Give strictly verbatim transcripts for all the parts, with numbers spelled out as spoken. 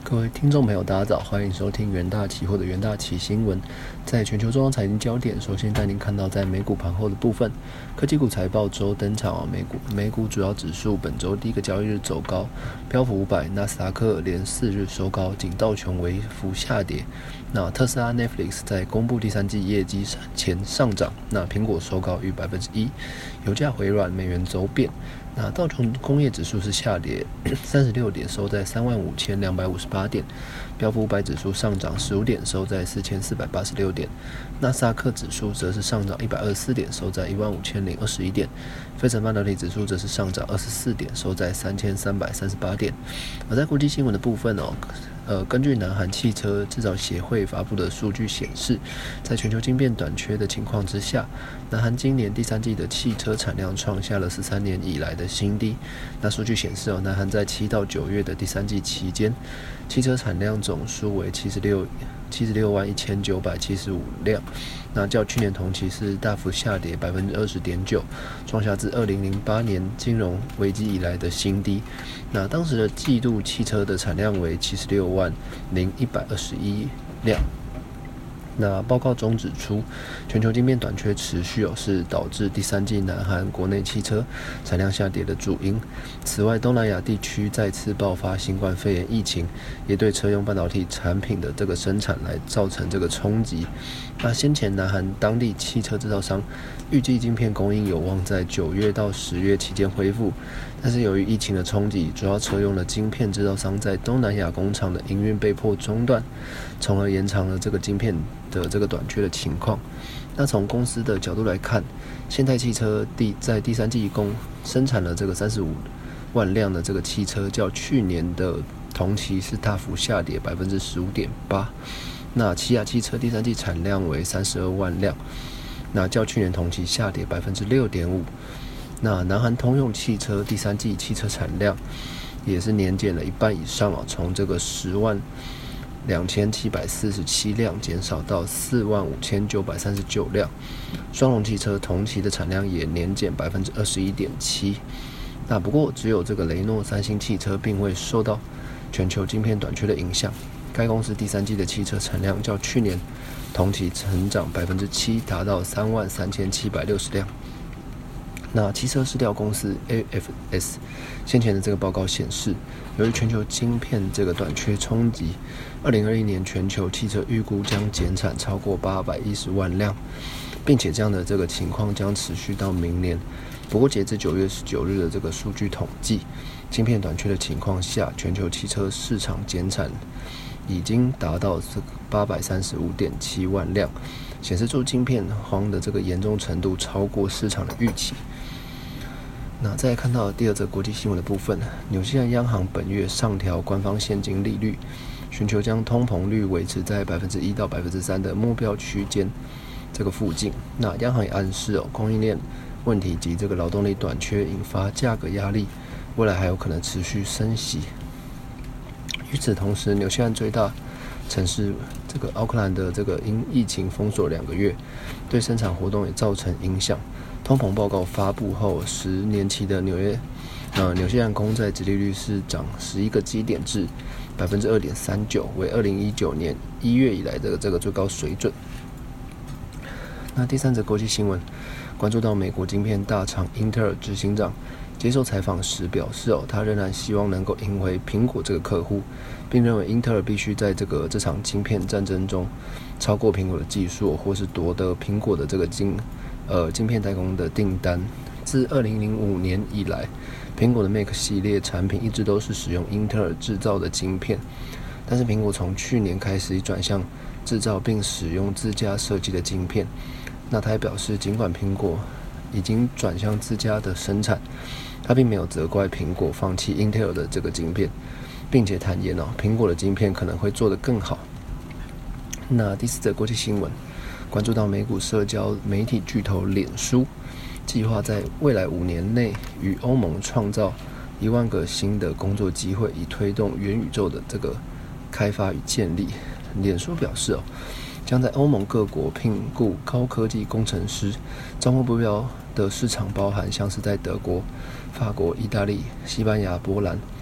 各位听众朋友，大家早，欢迎收听元大期货的元大期新闻。在全球重要财经焦点，首先带您看到在美股盘后的部分，科技股财报周登场哦。美股美股主要指数本周第一个交易日走高，标普五百、纳斯达克连四日收高，仅道琼微幅下跌。那特斯拉 Netflix 在公布第三季业绩前上涨，那苹果收高逾百分之一，油价回软，美元走贬。那道琼工业指数是下跌三十六点，收在三万五千两百五十八点；标普五百指数上涨十五点，收在四千四百八十六点；纳斯达克指数则是上涨一百二十四点，收在一万五千零二十一点；费城半导体指数则是上涨二十四点，收在三千三百三十八点。而在国际新闻的部分哦。呃，根据南韩汽车制造协会发布的数据显示，在全球晶片短缺的情况之下，南韩今年第三季的汽车产量创下了十三年以来的新低。那数据显示哦，南韩在七到九月的第三季期间，汽车产量总数为七十六七十六万一千九百七十五辆，那较去年同期是大幅下跌百分之二十点九，创下自二零零八年金融危机以来的新低。那当时的季度汽车的产量为七十六万零一百二十一辆。那报告中指出，全球晶片短缺持续哦，是导致第三季南韩国内汽车产量下跌的主因。此外，东南亚地区再次爆发新冠肺炎疫情，也对车用半导体产品的这个生产来造成这个冲击。那先前南韩当地汽车制造商预计晶片供应有望在九月到十月期间恢复，但是由于疫情的冲击，主要车用的晶片制造商在东南亚工厂的营运被迫中断，从而延长了这个晶片的这个短缺的情况。那从公司的角度来看，现代汽车第在第三季一共生产了这个三十五万辆的这个汽车，较去年的同期是大幅下跌百分之十五点八。那起亚汽车第三季产量为三十二万辆，那较去年同期下跌百分之六点五。那南韩通用汽车第三季汽车产量也是年减了一半以上哦，从这个十万两千七百四十七辆减少到四万五千九百三十九辆。双龙汽车同期的产量也年减百分之二十一点七。那不过只有这个雷诺三星汽车并未受到全球晶片短缺的影响。该公司第三季的汽车产量较去年同期成长百分之七，达到三万三千七百六十辆。那汽车市调公司 A F S 先前的这个报告显示，由于全球晶片这个短缺冲击，二零二一年全球汽车预估将减产超过八百一十万辆，并且这样的这个情况将持续到明年。不过截至九月十九日的这个数据统计，晶片短缺的情况下，全球汽车市场减产已经达到这个八百三十五点七万辆，显示出晶片荒的这个严重程度超过市场的预期。那再来看到第二则国际新闻的部分，纽西兰央行本月上调官方现金利率，寻求将通膨率维持在百分之一到百分之三的目标区间这个附近。那央行也暗示哦，供应链问题及这个劳动力短缺引发价格压力，未来还有可能持续升息。与此同时，纽西兰最大城市这个奥克兰的这个因疫情封锁两个月，对生产活动也造成影响。通膨报告发布后，十年期的纽约呃纽西兰公债殖利率是涨十一个基点至百分之二点三九，为二零一九年一月以来的这个最高水准。那第三则国际新闻，关注到美国晶片大厂英特尔执行长接受采访时表示哦，他仍然希望能够赢回苹果这个客户，并认为英特尔必须在这个这场晶片战争中超过苹果的技术，或是夺得苹果的这个晶呃晶片代工的订单。自二零零五年以来，苹果的 Mac 系列产品一直都是使用英特尔制造的晶片，但是苹果从去年开始转向制造并使用自家设计的晶片。那他还表示，尽管苹果已经转向自家的生产，他并没有责怪苹果放弃英特尔的这个晶片，并且坦言哦，苹果的晶片可能会做得更好。那第四则国际新闻，关注到美股社交媒体巨头脸书计划在未来五年内与欧盟创造一万个新的工作机会，以推动元宇宙的这个开发与建立。脸书表示哦，将在欧盟各国聘雇高科技工程师，招募目标的市场包含像是在德国、法国、意大利、西班牙、波兰、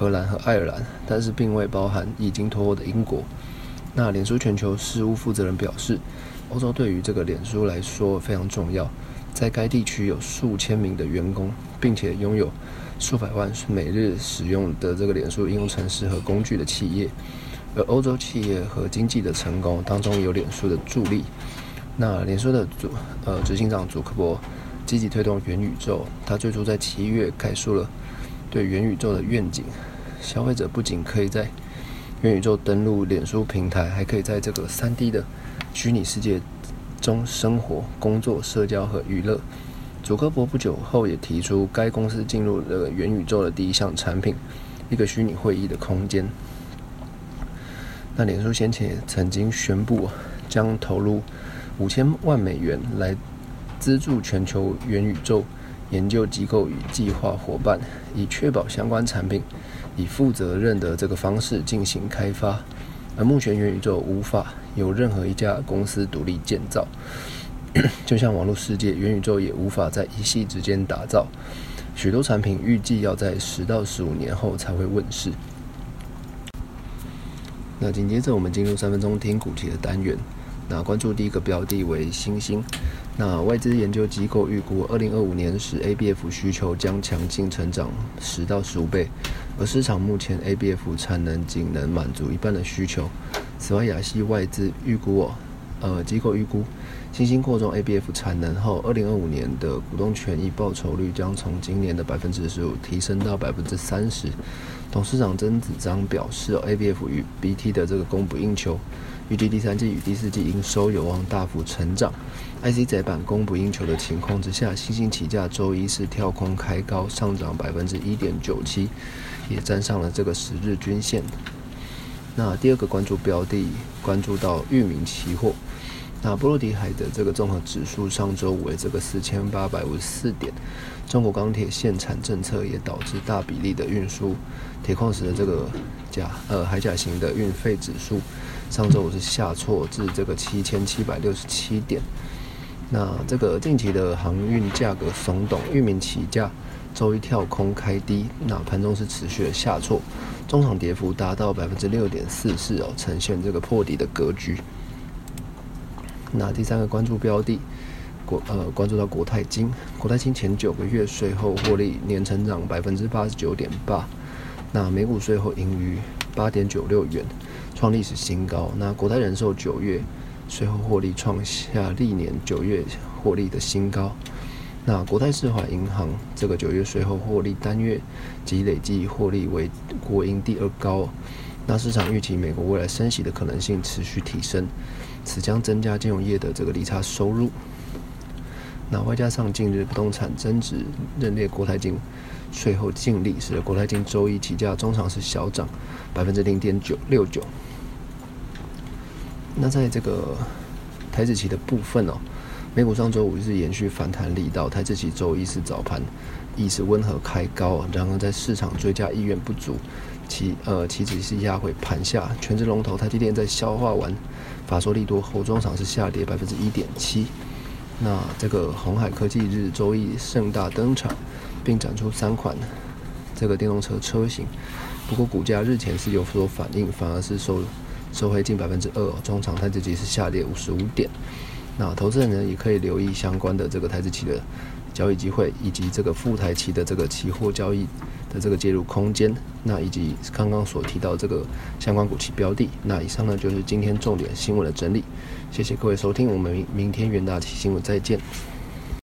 荷兰和爱尔兰，但是并未包含已经脱欧的英国。那脸书全球事务负责人表示，欧洲对于这个脸书来说非常重要，在该地区有数千名的员工，并且拥有数百万每日使用的这个脸书应用程式和工具的企业，而欧洲企业和经济的成功当中有脸书的助力。那脸书的主呃执行长祖克伯积极推动元宇宙，他最初在七月概述了对元宇宙的愿景。消费者不仅可以在元宇宙登录脸书平台，还可以在这个 三 D 的虚拟世界中生活、工作、社交和娱乐。祖克伯不久后也提出，该公司进入了元宇宙的第一项产品，一个虚拟会议的空间。那脸书先前也曾经宣布将投入五千万美元来资助全球元宇宙研究机构与计划伙伴，以确保相关产品以负责任的这个方式进行开发。而目前元宇宙无法由任何一家公司独立建造，就像网络世界，元宇宙也无法在一夕之间打造。许多产品预计要在十到十五年后才会问世。那紧接着我们进入三分钟听股期的单元。那关注第一个标的为星星。那外资研究机构预估，二零二五年时 A B F 需求将强劲成长十到十五倍，而市场目前 A B F 产能仅能满足一半的需求。此外，亚系外资预估哦，呃，机构预估，星星扩充 A B F 产能后，二零二五年的股东权益报酬率将从今年的百分之十五提升到百分之三十。董事长曾子章表示、哦、，A B F 与 B T 的这个供不应求。预计第三季与第四季营收有望大幅成长。I C 载板供不应求的情况之下，星星起价周一是跳空开高，上涨 百分之一点九七， 也站上了这个十日均线。那第二个关注标的，关注到裕民期货。那波罗的海的这个综合指数上周五为这个四千八百五十四点，中国钢铁限产政策也导致大比例的运输铁矿石的这个甲呃海甲型的运费指数上周五是下挫至这个七千七百六十七点。那这个近期的航运价格松动，裕民起价周一跳空开低，那盘中是持续的下挫，中场跌幅达到 百分之六点四四 哦，呈现这个破底的格局。那第三个关注标的，国呃关注到国泰金，国泰金前九个月税后获利年成长 百分之八十九点八， 那每股税后盈余 八点九六元，创历史新高。那国泰人寿九月税后获利创下历年九月获利的新高。那国泰世华银行这个九月税后获利单月及累计获利为国营第二高。那市场预期美国未来升息的可能性持续提升，此将增加金融业的这个利差收入。那外加上近日不动产增值认列国泰金税后净利，使得国泰金周一起价中场是小涨 百分之零点九六九。那在这个台指期的部分哦，美股上周五是延续反弹力道，台指期周一是早盘亦是温和开高，然而在市场追加意愿不足，其呃期指是压回盘下。全指龙头台积电在消化完法说利多后，中场是下跌 百分之一点七。那这个鸿海科技日周一盛大登场，并展出三款这个电动车车型，不过股价日前是有所反应，反而是收收回近 百分之二、哦，中场台指期是下跌五十五点。那投资人呢也可以留意相关的这个台指期的交易机会，以及这个富台期的这个期货交易的这个介入空间，那以及刚刚所提到这个相关股期标的。那以上呢就是今天重点新闻的整理，谢谢各位收听，我们明天元大期新闻再见。